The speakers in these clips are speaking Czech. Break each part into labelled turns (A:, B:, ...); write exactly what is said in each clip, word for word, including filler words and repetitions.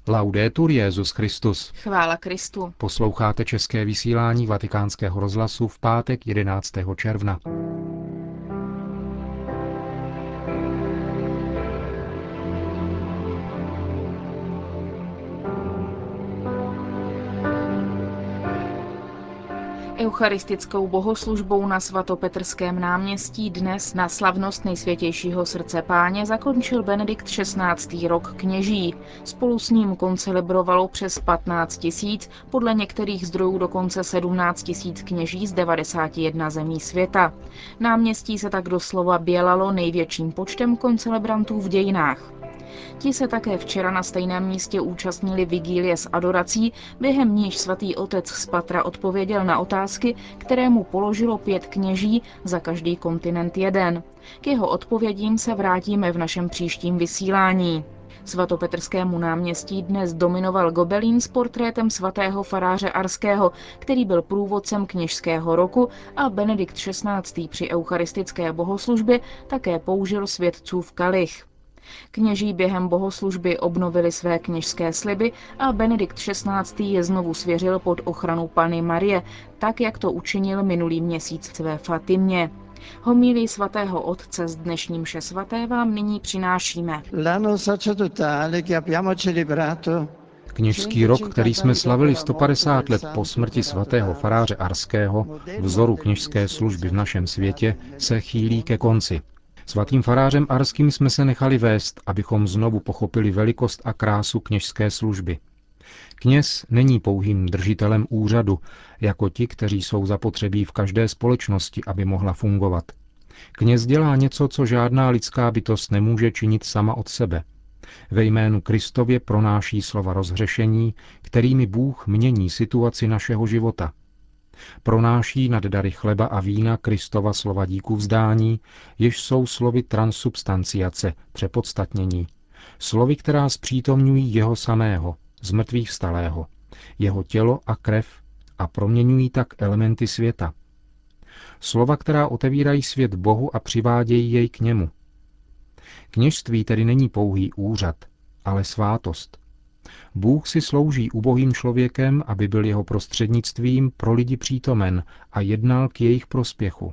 A: Laudetur Jesus Christus.
B: Chvála Kristu.
A: Posloucháte české vysílání Vatikánského rozhlasu v pátek jedenáctého června.
B: Eucharistickou bohoslužbou na svatopetrském náměstí dnes na slavnost Nejsvětějšího srdce Páně zakončil Benedikt šestnáctý rok kněží. Spolu s ním koncelebrovalo přes patnáct tisíc, podle některých zdrojů dokonce sedmnáct tisíc kněží z devadesáti jedné zemí světa. Náměstí se tak doslova bělalo největším počtem koncelebrantů v dějinách. Ti se také včera na stejném místě účastnili vigílie s adorací, během níž svatý otec z patra odpověděl na otázky, které mu položilo pět kněží, za každý kontinent jeden. K jeho odpovědím se vrátíme v našem příštím vysílání. Svatopetrskému náměstí dnes dominoval gobelín s portrétem svatého faráře Arského, který byl průvodcem kněžského roku, a Benedikt šestnáctý při eucharistické bohoslužbě také použil světcův kalich. Kněží během bohoslužby obnovili své kněžské sliby a Benedikt šestnáctý je znovu svěřil pod ochranu Panny Marie, tak jak to učinil minulý měsíc ve Fatimě. Homílii svatého otce z dnešní mše svaté vám nyní přinášíme.
A: Kněžský rok, který jsme slavili sto padesát let po smrti svatého faráře Arského, vzoru kněžské služby v našem světě, se chýlí ke konci. Svatým farářem Arským jsme se nechali vést, abychom znovu pochopili velikost a krásu kněžské služby. Kněz není pouhým držitelem úřadu, jako ti, kteří jsou zapotřebí v každé společnosti, aby mohla fungovat. Kněz dělá něco, co žádná lidská bytost nemůže činit sama od sebe. Ve jménu Kristově pronáší slova rozhřešení, kterými Bůh mění situaci našeho života. Pronáší nad dary chleba a vína Kristova slova díku vzdání, jež jsou slovy transubstanciace, přepodstatnění. Slovy, která zpřítomňují jeho samého, zmrtvých vstalého, jeho tělo a krev a proměňují tak elementy světa. Slova, která otevírají svět Bohu a přivádějí jej k němu. Kněžství tedy není pouhý úřad, ale svátost. Bůh si slouží ubohým člověkem, aby byl jeho prostřednictvím pro lidi přítomen a jednal k jejich prospěchu.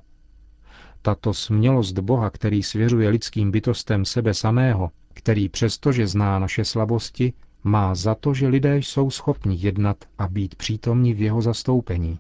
A: Tato smělost Boha, který svěřuje lidským bytostem sebe samého, který přestože zná naše slabosti, má za to, že lidé jsou schopni jednat a být přítomni v jeho zastoupení.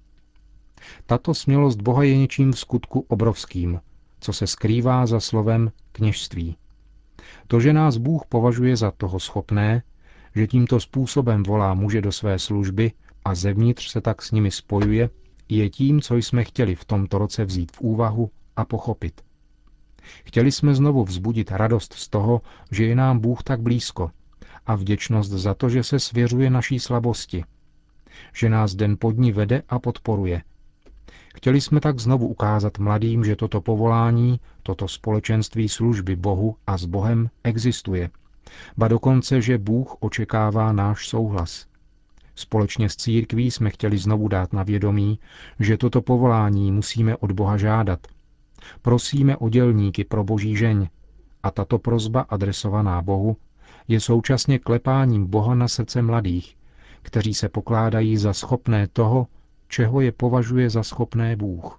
A: Tato smělost Boha je něčím v skutku obrovským, co se skrývá za slovem kněžství. To, že nás Bůh považuje za toho schopné, že tímto způsobem volá muže do své služby a zevnitř se tak s nimi spojuje, je tím, co jsme chtěli v tomto roce vzít v úvahu a pochopit. Chtěli jsme znovu vzbudit radost z toho, že je nám Bůh tak blízko, a vděčnost za to, že se svěřuje naší slabosti, že nás den po dní vede a podporuje. Chtěli jsme tak znovu ukázat mladým, že toto povolání, toto společenství služby Bohu a s Bohem existuje, ba dokonce, že Bůh očekává náš souhlas. Společně s církví jsme chtěli znovu dát na vědomí, že toto povolání musíme od Boha žádat. Prosíme o dělníky pro Boží žeň a tato prosba adresovaná Bohu je současně klepáním Boha na srdce mladých, kteří se pokládají za schopné toho, čeho je považuje za schopné Bůh.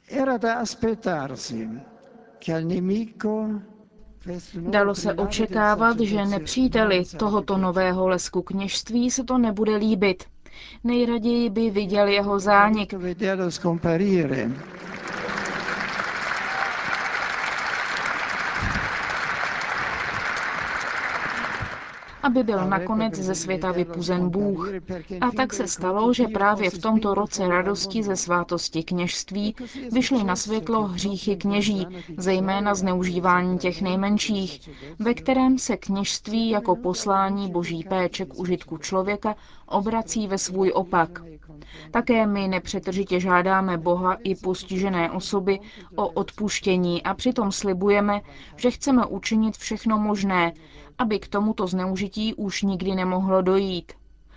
B: Dalo se očekávat, že nepříteli tohoto nového lesku kněžství se to nebude líbit. Nejraději by viděl jeho zánik. Aby byl nakonec ze světa vypuzen Bůh. A tak se stalo, že právě v tomto roce radosti ze svátosti kněžství vyšly na světlo hříchy kněží, zejména zneužívání těch nejmenších, ve kterém se kněžství jako poslání Boží péče k užitku člověka obrací ve svůj opak. Také my nepřetržitě žádáme Boha i postižené osoby o odpuštění a přitom slibujeme, že chceme učinit všechno možné, aby k tomuto zneužití už nikdy nemohlo dojít.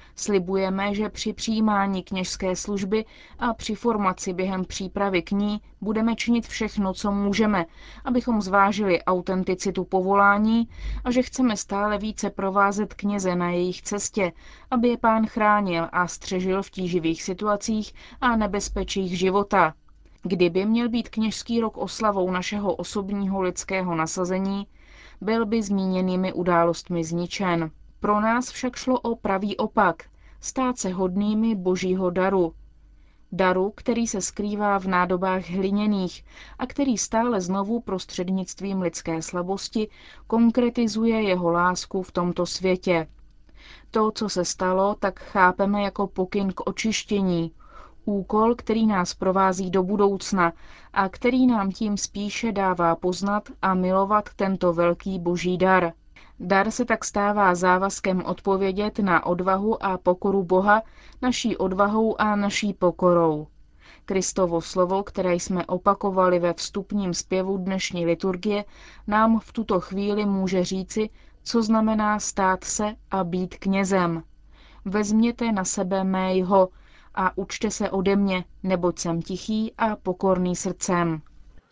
B: Slibujeme, že při přijímání kněžské služby a při formaci během přípravy k ní budeme činit všechno, co můžeme, abychom zvážili autenticitu povolání a že chceme stále více provázet kněze na jejich cestě, aby je Pán chránil a střežil v tíživých situacích a nebezpečích života. Kdyby měl být kněžský rok oslavou našeho osobního lidského nasazení, byl by zmíněnými událostmi zničen. Pro nás však šlo o pravý opak, stát se hodnými Božího daru. Daru, který se skrývá v nádobách hliněných a který stále znovu prostřednictvím lidské slabosti konkretizuje jeho lásku v tomto světě. To, co se stalo, tak chápeme jako pokyn k očištění, úkol, který nás provází do budoucna a který nám tím spíše dává poznat a milovat tento velký Boží dar. Dar se tak stává závazkem odpovědět na odvahu a pokoru Boha naší odvahou a naší pokorou. Kristovo slovo, které jsme opakovali ve vstupním zpěvu dnešní liturgie, nám v tuto chvíli může říci, co znamená stát se a být knězem. Vezměte na sebe mého a učte se ode mě, neboť jsem tichý a pokorný srdcem.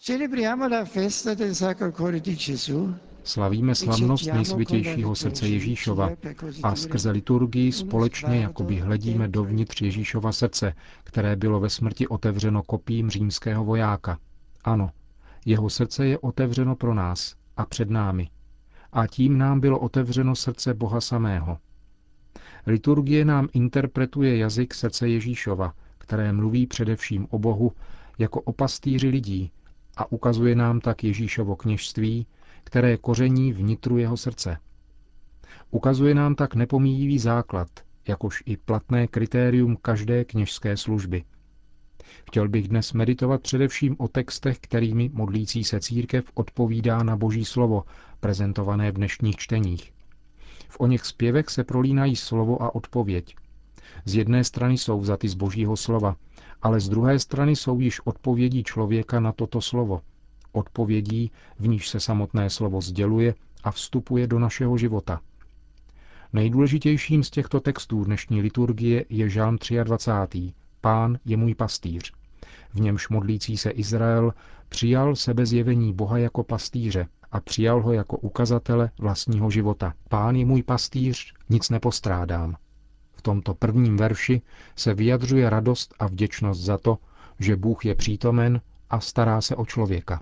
A: Slavíme slavnost nejsvětějšího srdce Ježíšova a skrze liturgii společně jakoby hledíme dovnitř Ježíšova srdce, které bylo ve smrti otevřeno kopím římského vojáka. Ano, jeho srdce je otevřeno pro nás a před námi. A tím nám bylo otevřeno srdce Boha samého. Liturgie nám interpretuje jazyk srdce Ježíšova, které mluví především o Bohu jako o pastýři lidí a ukazuje nám tak Ježíšovo kněžství, které koření vnitru jeho srdce. Ukazuje nám tak nepomíjivý základ, jakož i platné kritérium každé kněžské služby. Chtěl bych dnes meditovat především o textech, kterými modlící se církev odpovídá na Boží slovo, prezentované v dnešních čteních. V oněch zpěvech se prolínají slovo a odpověď. Z jedné strany jsou vzaty z Božího slova, ale z druhé strany jsou již odpovědí člověka na toto slovo. Odpovědí, v níž se samotné slovo sděluje a vstupuje do našeho života. Nejdůležitějším z těchto textů dnešní liturgie je žálm dvacátý třetí. Pán je můj pastýř. V němž modlící se Izrael přijal sebezjevení Boha jako pastýře a přijal ho jako ukazatele vlastního života. Pán je můj pastýř, nic nepostrádám. V tomto prvním verši se vyjadřuje radost a vděčnost za to, že Bůh je přítomen a stará se o člověka.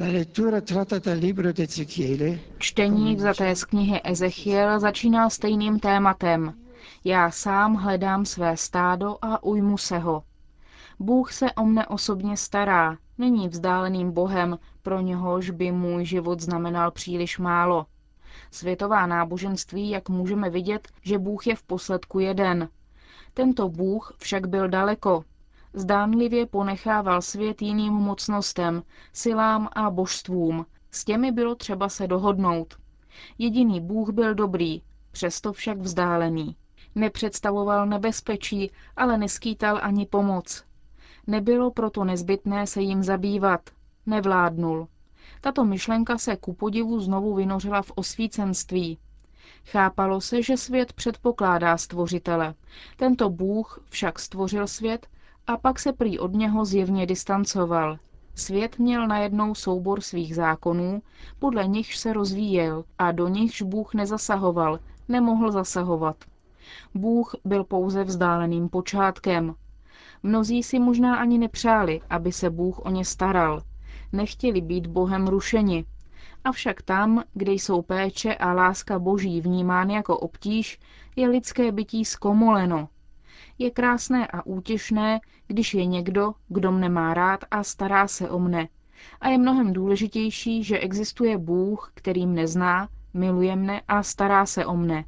B: Čtení vzaté z knihy Ezechiel začíná stejným tématem. Já sám hledám své stádo a ujmu se ho. Bůh se o mne osobně stará, není vzdáleným Bohem, pro něhož by můj život znamenal příliš málo. Světová náboženství, jak můžeme vidět, že Bůh je v posledku jeden. Tento Bůh však byl daleko. Zdánlivě ponechával svět jiným mocnostem, silám a božstvům. S těmi bylo třeba se dohodnout. Jediný Bůh byl dobrý, přesto však vzdálený. Nepředstavoval nebezpečí, ale neskýtal ani pomoc. Nebylo proto nezbytné se jim zabývat. Nevládnul. Tato myšlenka se ku podivu znovu vynořila v osvícenství. Chápalo se, že svět předpokládá stvořitele. Tento Bůh však stvořil svět a pak se prý od něho zjevně distancoval. Svět měl najednou soubor svých zákonů, podle nichž se rozvíjel a do nichž Bůh nezasahoval, nemohl zasahovat. Bůh byl pouze vzdáleným počátkem. Mnozí si možná ani nepřáli, aby se Bůh o ně staral. Nechtěli být Bohem rušeni. Avšak tam, kde jsou péče a láska Boží vnímány jako obtíž, je lidské bytí zkomoleno. Je krásné a útěšné, když je někdo, kdo mne má rád a stará se o mne. A je mnohem důležitější, že existuje Bůh, který mne zná, miluje mne a stará se o mne.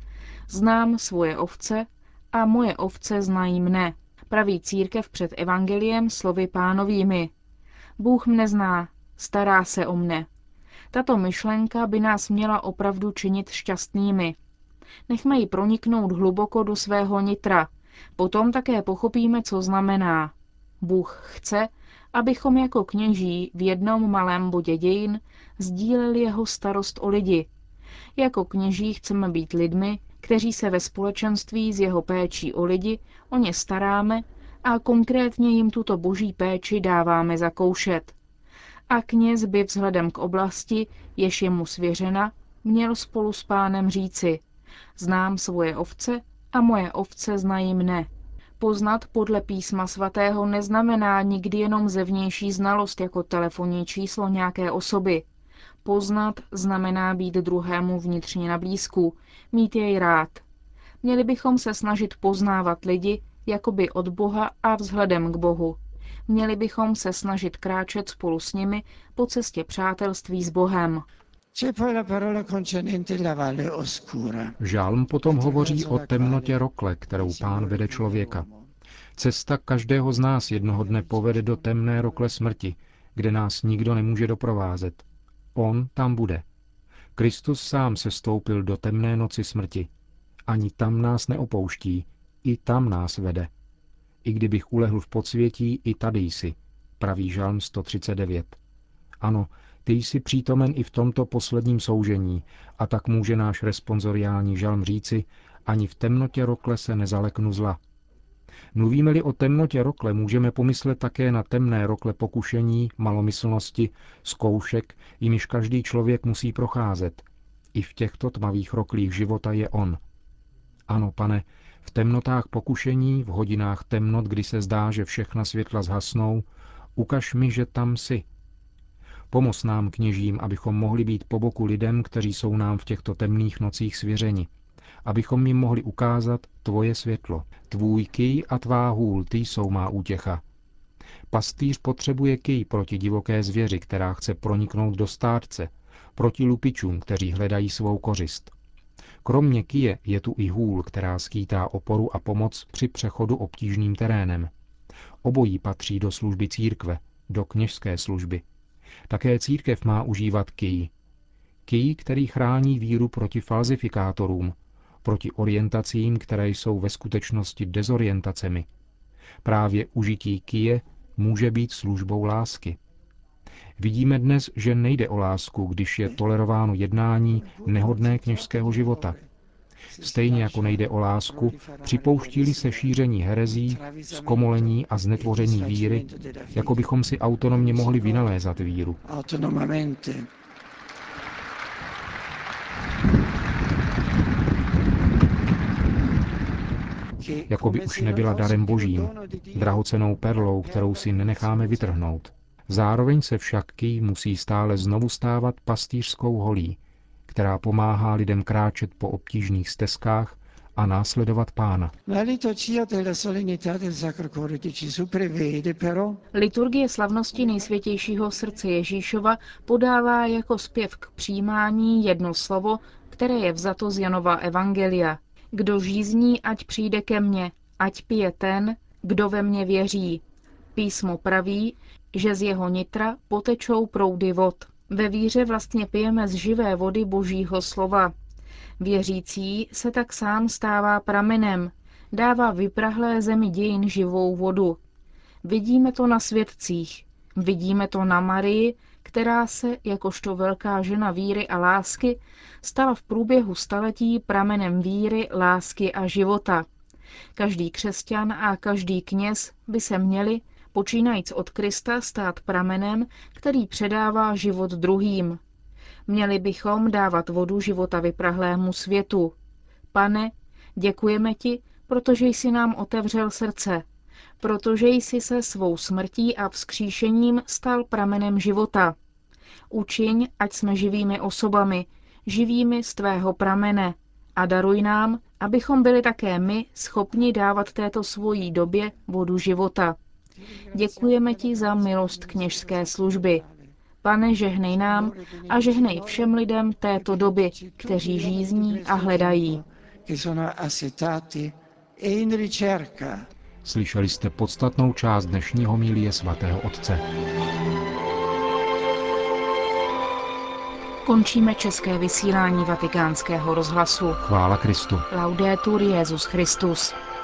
B: Znám svoje ovce a moje ovce znají mne, praví církev před evangeliem slovy Pánovými. Bůh mne zná, stará se o mne. Tato myšlenka by nás měla opravdu činit šťastnými. Nechme ji proniknout hluboko do svého nitra. Potom také pochopíme, co znamená. Bůh chce, abychom jako kněží v jednom malém bodě dějin sdíleli jeho starost o lidi. Jako kněží chceme být lidmi, kteří se ve společenství s jeho péčí o lidi o ně staráme a konkrétně jim tuto boží péči dáváme zakoušet. A kněz by vzhledem k oblasti, jež je mu svěřena, měl spolu s pánem říci: znám svoje ovce a moje ovce znají mne. Poznat podle písma svatého neznamená nikdy jenom zevnější znalost jako telefonní číslo nějaké osoby. Poznat znamená být druhému vnitřně na blízku, mít jej rád. Měli bychom se snažit poznávat lidi jakoby od Boha a vzhledem k Bohu. Měli bychom se snažit kráčet spolu s nimi po cestě přátelství s Bohem.
A: Žálm potom hovoří o temnotě rokle, kterou Pán vede člověka. Cesta každého z nás jednoho dne povede do temné rokle smrti, kde nás nikdo nemůže doprovázet. On tam bude. Kristus sám se stoupil do temné noci smrti. Ani tam nás neopouští, i tam nás vede. I kdybych ulehl v podsvětí, i tady jsi, praví Žalm sto třicet devět. Ano, ty jsi přítomen i v tomto posledním soužení, a tak může náš responsoriální žalm říci: ani v temnotě rokle se nezaleknu zla. Mluvíme-li o temnotě rokle, můžeme pomyslet také na temné rokle pokušení, malomyslnosti, zkoušek, jimiž každý člověk musí procházet. I v těchto tmavých roklích života je on. Ano, Pane, v temnotách pokušení, v hodinách temnot, kdy se zdá, že všechna světla zhasnou, ukaž mi, že tam jsi. Pomoz nám, kněžím, abychom mohli být po boku lidem, kteří jsou nám v těchto temných nocích svěřeni. Abychom jim mohli ukázat tvoje světlo. Tvůj kyj a tvá hůl, ty jsou má útěcha. Pastýř potřebuje kyj proti divoké zvěři, která chce proniknout do stádce, proti lupičům, kteří hledají svou kořist. Kromě kyje je tu i hůl, která skýtá oporu a pomoc při přechodu obtížným terénem. Obojí patří do služby církve, do kněžské služby. Také církev má užívat kyj. Kyj, který chrání víru proti falzifikátorům, proti orientacím, které jsou ve skutečnosti dezorientacemi. Právě užití kyje může být službou lásky. Vidíme dnes, že nejde o lásku, když je tolerováno jednání nehodné kněžského života. Stejně jako nejde o lásku, připouští-li se šíření herezí, zkomolení a znetvoření víry, jako bychom si autonomně mohli vynalézat víru. Jako by už nebyla darem božím, drahocennou perlou, kterou si nenecháme vytrhnout. Zároveň se však kyj musí stále znovu stávat pastýřskou holí, která pomáhá lidem kráčet po obtížných stezkách a následovat Pána.
B: Liturgie slavnosti Nejsvětějšího srdce Ježíšova podává jako zpěv k přijímání jedno slovo, které je vzato z Janova evangelia. Kdo žízní, ať přijde ke mně, ať pije ten, kdo ve mně věří. Písmo praví, že z jeho nitra potečou proudy vod. Ve víře vlastně pijeme z živé vody Božího slova. Věřící se tak sám stává pramenem, dává vyprahlé zemi dějin živou vodu. Vidíme to na svědcích, vidíme to na Marii, která se, jakožto velká žena víry a lásky, stala v průběhu staletí pramenem víry, lásky a života. Každý křesťan a každý kněz by se měli, počínajíc od Krista, stát pramenem, který předává život druhým. Měli bychom dávat vodu života vyprahlému světu. Pane, děkujeme ti, protože jsi nám otevřel srdce, protože jsi se svou smrtí a vzkříšením stal pramenem života. Učiň, ať jsme živými osobami, živými z tvého pramene, a daruj nám, abychom byli také my schopni dávat této svojí době vodu života. Děkujeme ti za milost kněžské služby. Pane, žehnej nám a žehnej všem lidem této doby, kteří žízní a hledají.
A: Slyšeli jste podstatnou část dnešní homilie svatého otce.
B: Končíme české vysílání Vatikánského rozhlasu.
A: Chvála Kristu.
B: Laudetur Jesus Christus.